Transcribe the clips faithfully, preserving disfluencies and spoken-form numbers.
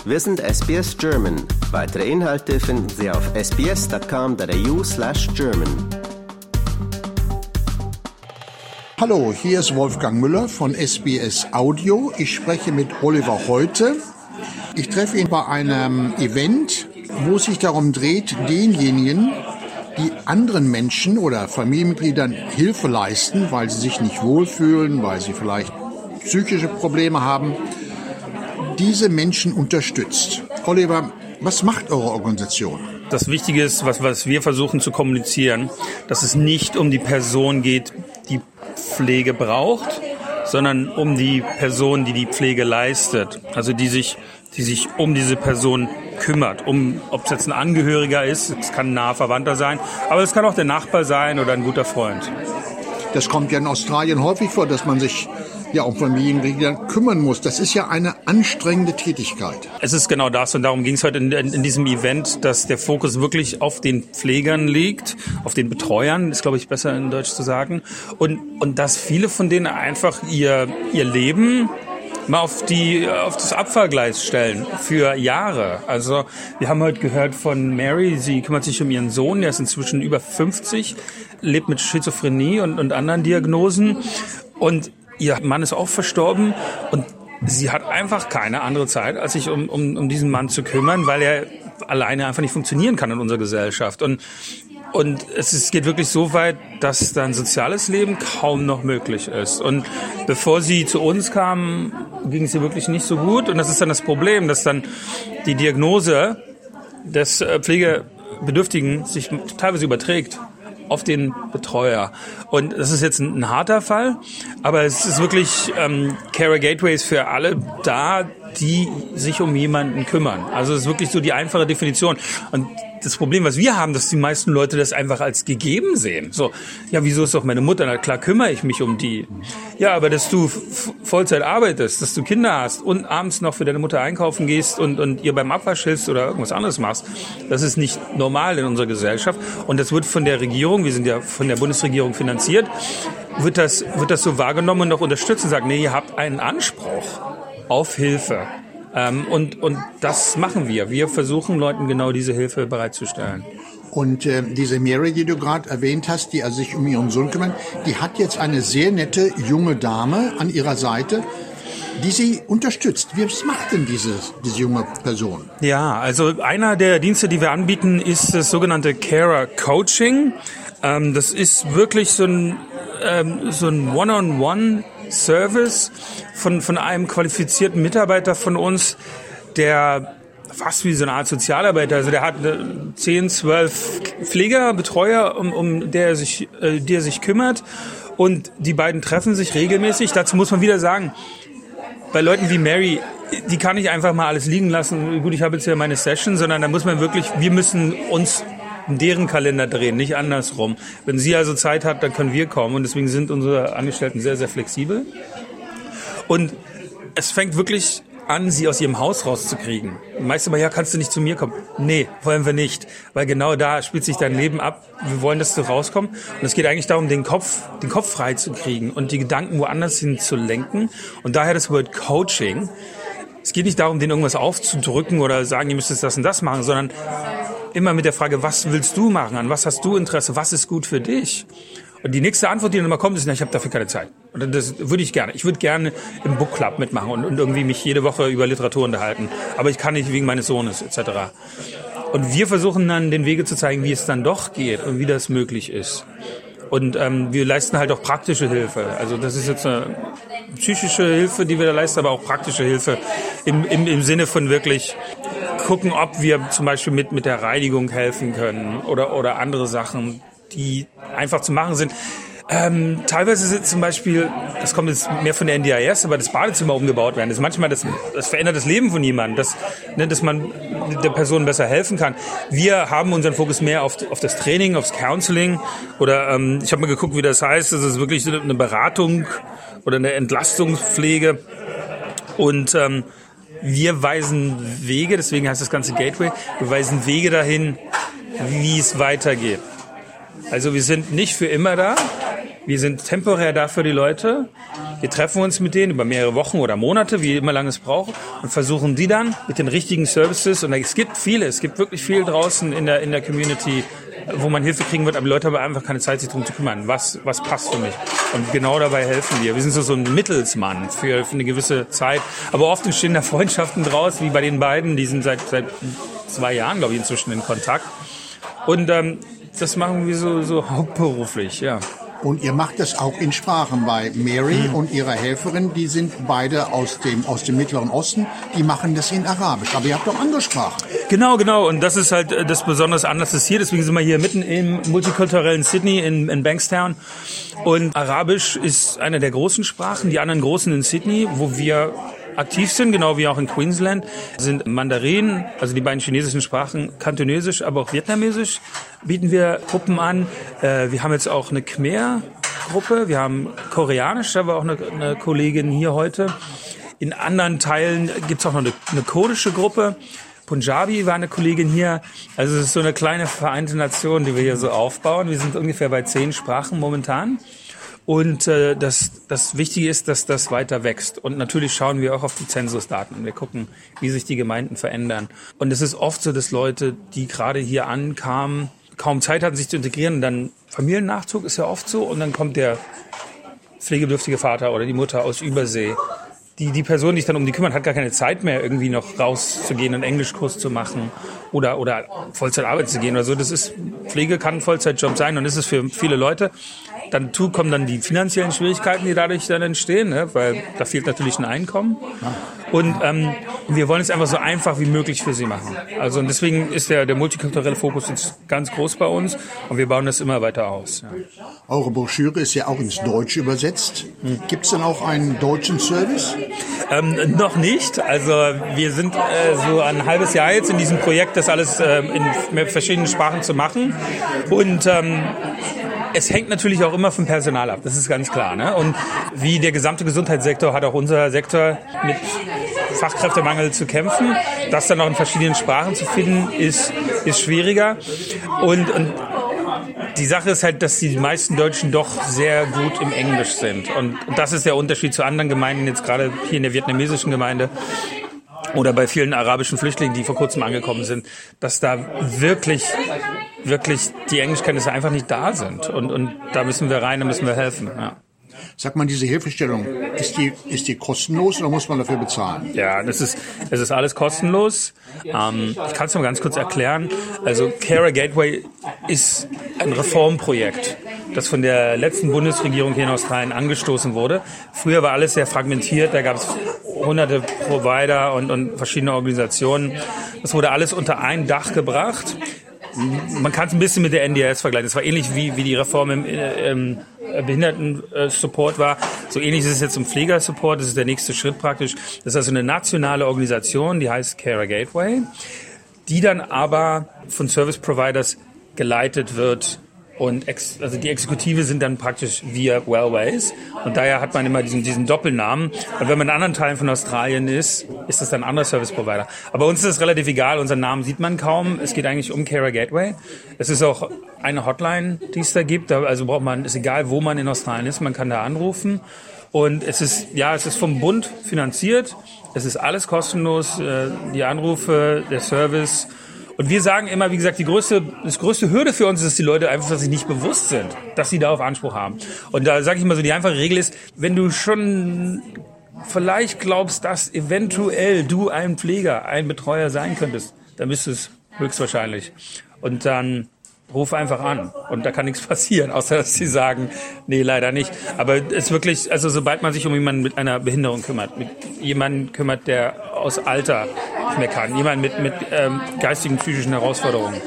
Wir sind S B S German. Weitere Inhalte finden Sie auf sbs.com.au slash German. Hallo, hier ist Wolfgang Müller von S B S Audio. Ich spreche mit Oliver Holte. Ich treffe ihn bei einem Event, wo es sich darum dreht, denjenigen, die anderen Menschen oder Familienmitgliedern Hilfe leisten, weil sie sich nicht wohlfühlen, weil sie vielleicht psychische Probleme haben, diese Menschen unterstützt. Oliver, was macht eure Organisation? Das Wichtige ist, was, was wir versuchen zu kommunizieren, dass es nicht um die Person geht, die Pflege braucht, sondern um die Person, die die Pflege leistet. Also die sich, die sich um diese Person kümmert. Um, ob es jetzt ein Angehöriger ist, es kann ein naher Verwandter sein, aber es kann auch der Nachbar sein oder ein guter Freund. Das kommt ja in Australien häufig vor, dass man sich ja um Familienmitglieder kümmern muss. Das ist ja eine anstrengende Tätigkeit. Es ist genau das und darum ging es heute in, in, in diesem Event, dass der Fokus wirklich auf den Pflegern liegt, auf den Betreuern, ist glaube ich besser in Deutsch zu sagen, und, und dass viele von denen einfach ihr, ihr Leben mal auf die auf das Abfallgleis stellen für Jahre. Also wir haben heute gehört von Mary, sie kümmert sich um ihren Sohn, der ist inzwischen über fünfzig, lebt mit Schizophrenie und, und anderen Diagnosen und ihr Mann ist auch verstorben und sie hat einfach keine andere Zeit, als sich um, um, um diesen Mann zu kümmern, weil er alleine einfach nicht funktionieren kann in unserer Gesellschaft. Und Und es, ist, es geht wirklich so weit, dass dann soziales Leben kaum noch möglich ist. Und bevor sie zu uns kam, ging es ihr wirklich nicht so gut. Und das ist dann das Problem, dass dann die Diagnose des Pflegebedürftigen sich teilweise überträgt auf den Betreuer. Und das ist jetzt ein, ein harter Fall, aber es ist wirklich ähm, Carer Gateways für alle da, die sich um jemanden kümmern. Also es ist wirklich so die einfache Definition. Und das Problem, was wir haben, dass die meisten Leute das einfach als gegeben sehen. So, ja, wieso ist doch meine Mutter? Na klar, kümmere ich mich um die. Ja, aber dass du f- Vollzeit arbeitest, dass du Kinder hast und abends noch für deine Mutter einkaufen gehst und, und ihr beim Abwasch hilfst oder irgendwas anderes machst, das ist nicht normal in unserer Gesellschaft. Und das wird von der Regierung, wir sind ja von der Bundesregierung finanziert, wird das, wird das so wahrgenommen und auch unterstützt und sagt, nee, ihr habt einen Anspruch auf Hilfe. Ähm, und, und das machen wir. Wir versuchen Leuten genau diese Hilfe bereitzustellen. Und äh, diese Mary, die du gerade erwähnt hast, die also sich um ihren Sohn kümmert, die hat jetzt eine sehr nette junge Dame an ihrer Seite, die sie unterstützt. Was macht denn diese, diese junge Person? Ja, also einer der Dienste, die wir anbieten, ist das sogenannte Carer Coaching. Ähm, das ist wirklich so ein, ähm, so ein One-on-One Service von, von einem qualifizierten Mitarbeiter von uns, der fast wie so eine Art Sozialarbeiter, also der hat zehn, zwölf Pfleger, Betreuer, um, um der er sich, äh, der sich kümmert und die beiden treffen sich regelmäßig. Dazu muss man wieder sagen, bei Leuten wie Mary, die kann ich einfach mal alles liegen lassen. Gut, ich habe jetzt ja meine Session, sondern da muss man wirklich, wir müssen uns in deren Kalender drehen, nicht andersrum. Wenn sie also Zeit hat, dann können wir kommen und deswegen sind unsere Angestellten sehr, sehr flexibel. Und es fängt wirklich an, sie aus ihrem Haus rauszukriegen. Meist immer, ja, kannst du nicht zu mir kommen? Nee, wollen wir nicht, weil genau da spielt sich dein Leben ab. Wir wollen, dass du rauskommst und es geht eigentlich darum, den Kopf, den Kopf frei zu kriegen und die Gedanken woanders hin zu lenken und daher das Wort Coaching. Es geht nicht darum, denen irgendwas aufzudrücken oder sagen, ihr müsst jetzt das und das machen, sondern immer mit der Frage, was willst du machen, an was hast du Interesse, was ist gut für dich? Und die nächste Antwort, die dann immer kommt, ist, na, ich habe dafür keine Zeit. Und das würde ich gerne. Ich würde gerne im Book Club mitmachen und, und irgendwie mich jede Woche über Literatur unterhalten. Aber ich kann nicht wegen meines Sohnes et cetera. Und wir versuchen dann, den Wege zu zeigen, wie es dann doch geht und wie das möglich ist. Und ähm, wir leisten halt auch praktische Hilfe. Also das ist jetzt eine psychische Hilfe, die wir da leisten, aber auch praktische Hilfe im, im, im Sinne von wirklich gucken, ob wir zum Beispiel mit, mit der Reinigung helfen können oder, oder andere Sachen, die einfach zu machen sind. Ähm, teilweise sind zum Beispiel, das kommt jetzt mehr von der N D I S, aber das Badezimmer umgebaut werden. Das ist manchmal das, das verändert das Leben von jemandem, dass, ne, dass man der Person besser helfen kann. Wir haben unseren Fokus mehr auf, auf das Training, aufs Counseling oder ähm, ich habe mal geguckt, wie das heißt. Das ist wirklich eine Beratung oder eine Entlastungspflege und ähm, wir weisen Wege, deswegen heißt das ganze Gateway, wir weisen Wege dahin, wie es weitergeht. Also wir sind nicht für immer da, Wir sind temporär da für die Leute. Wir treffen uns mit denen über mehrere Wochen oder Monate, wie immer lange es braucht, und versuchen die dann mit den richtigen Services, und es gibt viele, es gibt wirklich viel draußen in der, in der Community, wo man Hilfe kriegen wird, aber die Leute haben einfach keine Zeit, sich darum zu kümmern. Was, was passt für mich? Und genau dabei helfen wir. Wir sind so, so ein Mittelsmann für, für eine gewisse Zeit. Aber oft entstehen da Freundschaften draus, wie bei den beiden. Die sind seit, seit zwei Jahren, glaube ich, inzwischen in Kontakt. Und ähm, das machen wir so, so hauptberuflich, ja. Und ihr macht das auch in Sprachen. Bei Mary mhm. und ihrer Helferin, die sind beide aus dem, aus dem Mittleren Osten, die machen das in Arabisch. Aber ihr habt auch andere Sprachen. Genau, genau. Und das ist halt das besondere Anlass hier. Deswegen sind wir hier mitten im multikulturellen Sydney in, in Bankstown. Und Arabisch ist eine der großen Sprachen. Die anderen großen in Sydney, wo wir aktiv sind, genau wie auch in Queensland, sind Mandarin, also die beiden chinesischen Sprachen, Kantonesisch, aber auch Vietnamesisch bieten wir Gruppen an. Äh, wir haben jetzt auch eine Khmer-Gruppe, wir haben Koreanisch, da war auch eine, eine Kollegin hier heute. In anderen Teilen gibt's auch noch eine, eine kurdische Gruppe. Punjabi war eine Kollegin hier. Also es ist so eine kleine vereinte Nation, die wir hier so aufbauen. Wir sind ungefähr bei zehn Sprachen momentan. Und äh, das, das Wichtige ist, dass das weiter wächst. Und natürlich schauen wir auch auf die Zensusdaten. Wir gucken, wie sich die Gemeinden verändern. Und es ist oft so, dass Leute, die gerade hier ankamen, kaum Zeit hatten, sich zu integrieren. Und dann Familiennachzug ist ja oft so. Und dann kommt der pflegebedürftige Vater oder die Mutter aus Übersee. Die, die Person, die sich dann um die kümmert, hat gar keine Zeit mehr, irgendwie noch rauszugehen, einen Englischkurs zu machen oder, oder Vollzeit arbeiten zu gehen oder so. Das ist, Pflege kann ein Vollzeitjob sein und ist es für viele Leute. Dann dazu kommen dann die finanziellen Schwierigkeiten, die dadurch dann entstehen, ne? Weil da fehlt natürlich ein Einkommen. Und ähm, wir wollen es einfach so einfach wie möglich für sie machen. Also und deswegen ist der, der multikulturelle Fokus jetzt ganz groß bei uns und wir bauen das immer weiter aus. Ja. Eure Broschüre ist ja auch ins Deutsche übersetzt. Hm. Gibt es dann auch einen deutschen Service? Ähm, noch nicht. Also wir sind äh, so ein halbes Jahr jetzt in diesem Projekt, das alles äh, in verschiedenen Sprachen zu machen. Und ähm, es hängt natürlich auch immer vom Personal ab, das ist ganz klar, ne? Und wie der gesamte Gesundheitssektor hat auch unser Sektor mit Fachkräftemangel zu kämpfen. Das dann auch in verschiedenen Sprachen zu finden, ist, ist schwieriger. Und, und die Sache ist halt, dass die meisten Deutschen doch sehr gut im Englisch sind. Und, und das ist der Unterschied zu anderen Gemeinden, jetzt gerade hier in der vietnamesischen Gemeinde. Oder bei vielen arabischen Flüchtlingen, die vor kurzem angekommen sind, dass da wirklich, wirklich die Englischkenntnisse einfach nicht da sind. Und, und da müssen wir rein, da müssen wir helfen. Ja. Sag mal, diese Hilfestellung, ist die, ist die kostenlos oder muss man dafür bezahlen? Ja, das ist, es ist alles kostenlos. Ähm, ich kann es mal ganz kurz erklären. Also Carer Gateway ist ein Reformprojekt, das von der letzten Bundesregierung hier in Australien angestoßen wurde. Früher war alles sehr fragmentiert, da gab es hunderte Provider und, und verschiedene Organisationen. Das wurde alles unter ein Dach gebracht. Man kann es ein bisschen mit der N D I S vergleichen. Das war ähnlich wie, wie die Reform im, im Behinderten-Support war. So ähnlich ist es jetzt im Pflegersupport. Das ist der nächste Schritt praktisch. Das ist also eine nationale Organisation, die heißt Carer Gateway, die dann aber von Service Providers geleitet wird. Und ex, also die Exekutive sind dann praktisch via Wellways. Und daher hat man immer diesen, diesen Doppelnamen. Und wenn man in anderen Teilen von Australien ist, ist das dann ein anderer Service Provider. Aber uns ist das relativ egal. Unseren Namen sieht man kaum. Es geht eigentlich um Carer Gateway. Es ist auch eine Hotline, die es da gibt. Also braucht man, ist egal, wo man in Australien ist, man kann da anrufen. Und es ist, ja, es ist vom Bund finanziert. Es ist alles kostenlos. Die Anrufe, der Service. Und wir sagen immer, wie gesagt, die größte, das größte Hürde für uns ist, dass die Leute einfach sich nicht bewusst sind, dass sie darauf Anspruch haben. Und da sage ich mal so, die einfache Regel ist, wenn du schon vielleicht glaubst, dass eventuell du ein Pfleger, ein Betreuer sein könntest, dann bist du es höchstwahrscheinlich. Und dann ruf einfach an. Und da kann nichts passieren, außer dass sie sagen, nee, leider nicht. Aber es ist wirklich, also sobald man sich um jemanden mit einer Behinderung kümmert, mit jemanden kümmert, der aus Alter nicht mehr kann, jemand mit, mit ähm, geistigen, psychischen Herausforderungen.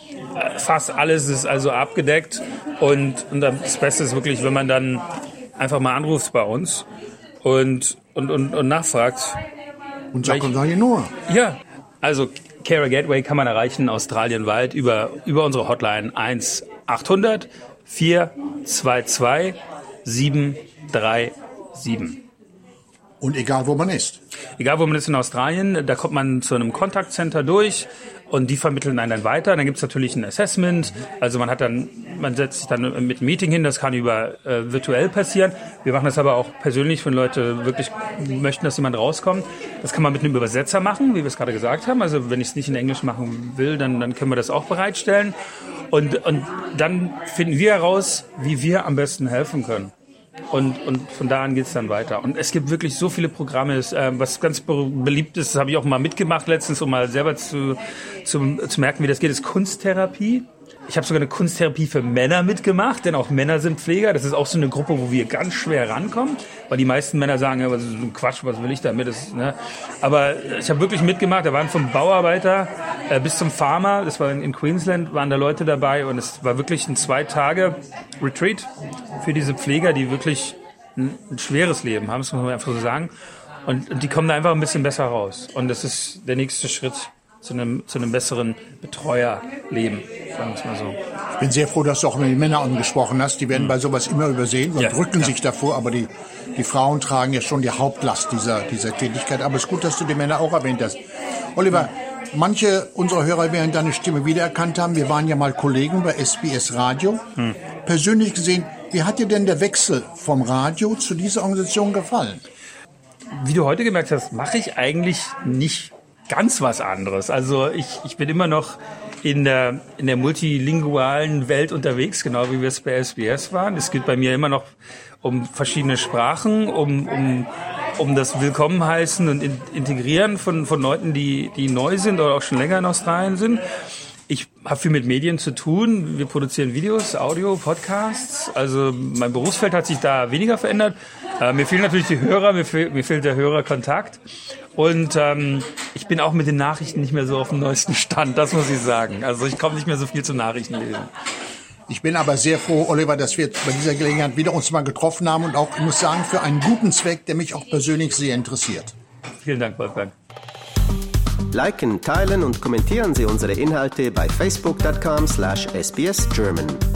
Fast alles ist also abgedeckt. Und, und das Beste ist wirklich, wenn man dann einfach mal anruft bei uns und, und, und, und nachfragt. Und sagt uns eigentlich nur. Ja, also Carer Gateway kann man erreichen australienweit über, über unsere Hotline eins achthundert vier zwei zwei sieben drei sieben. Und egal, wo man ist. Egal, wo man ist in Australien, da kommt man zu einem Contact Center durch und die vermitteln einen dann weiter. Dann gibt's natürlich ein Assessment. Also man hat dann, man setzt sich dann mit einem Meeting hin. Das kann über äh, virtuell passieren. Wir machen das aber auch persönlich, wenn Leute wirklich möchten, dass jemand rauskommt. Das kann man mit einem Übersetzer machen, wie wir es gerade gesagt haben. Also wenn ich es nicht in Englisch machen will, dann, dann können wir das auch bereitstellen. Und, und dann finden wir heraus, wie wir am besten helfen können. Und, und von da an geht's dann weiter. Und es gibt wirklich so viele Programme. Äh, was ganz be- beliebt ist, das habe ich auch mal mitgemacht letztens, um mal selber zu, zu, zu merken, wie das geht, ist Kunsttherapie. Ich habe sogar eine Kunsttherapie für Männer mitgemacht, denn auch Männer sind Pfleger. Das ist auch so eine Gruppe, wo wir ganz schwer rankommen, weil die meisten Männer sagen, ja, was ist so ein Quatsch, was will ich damit? Das, ne? Aber ich habe wirklich mitgemacht. Da waren vom Bauarbeiter äh, bis zum Farmer, das war in, in Queensland, waren da Leute dabei und es war wirklich ein zwei Tage Retreat für diese Pfleger, die wirklich ein, ein schweres Leben haben, das muss man einfach so sagen. Und, und die kommen da einfach ein bisschen besser raus. Und das ist der nächste Schritt zu einem, zu einem besseren Betreuerleben, sagen wir es mal so. Ich bin sehr froh, dass du auch mit den Männern angesprochen hast. Die werden mhm. bei sowas immer übersehen und ja, drücken ja. sich davor, aber die, die Frauen tragen ja schon die Hauptlast dieser, dieser Tätigkeit. Aber es ist gut, dass du die Männer auch erwähnt hast. Oliver, manche unserer Hörer werden deine Stimme wiedererkannt haben. Wir waren ja mal Kollegen bei S B S Radio. Mhm. Persönlich gesehen, wie hat dir denn der Wechsel vom Radio zu dieser Organisation gefallen? Wie du heute gemerkt hast, mache ich eigentlich nicht ganz was anderes. Also ich, ich bin immer noch in der, in der multilingualen Welt unterwegs, genau wie wir es bei S B S waren. Es geht bei mir immer noch um verschiedene Sprachen, um, um, um das Willkommenheißen und Integrieren von, von Leuten, die, die neu sind oder auch schon länger in Australien sind. Ich habe viel mit Medien zu tun. Wir produzieren Videos, Audio, Podcasts. Also mein Berufsfeld hat sich da weniger verändert. Äh, mir fehlen natürlich die Hörer, mir, fehl, mir fehlt der Hörerkontakt. Und ähm, ich bin auch mit den Nachrichten nicht mehr so auf dem neuesten Stand, das muss ich sagen. Also ich komme nicht mehr so viel zu Nachrichtenlesen. Ich bin aber sehr froh, Oliver, dass wir bei dieser Gelegenheit wieder uns mal getroffen haben und auch, ich muss sagen, für einen guten Zweck, der mich auch persönlich sehr interessiert. Vielen Dank, Wolfgang. Liken, teilen und kommentieren Sie unsere Inhalte bei facebook dot com slash S B S German.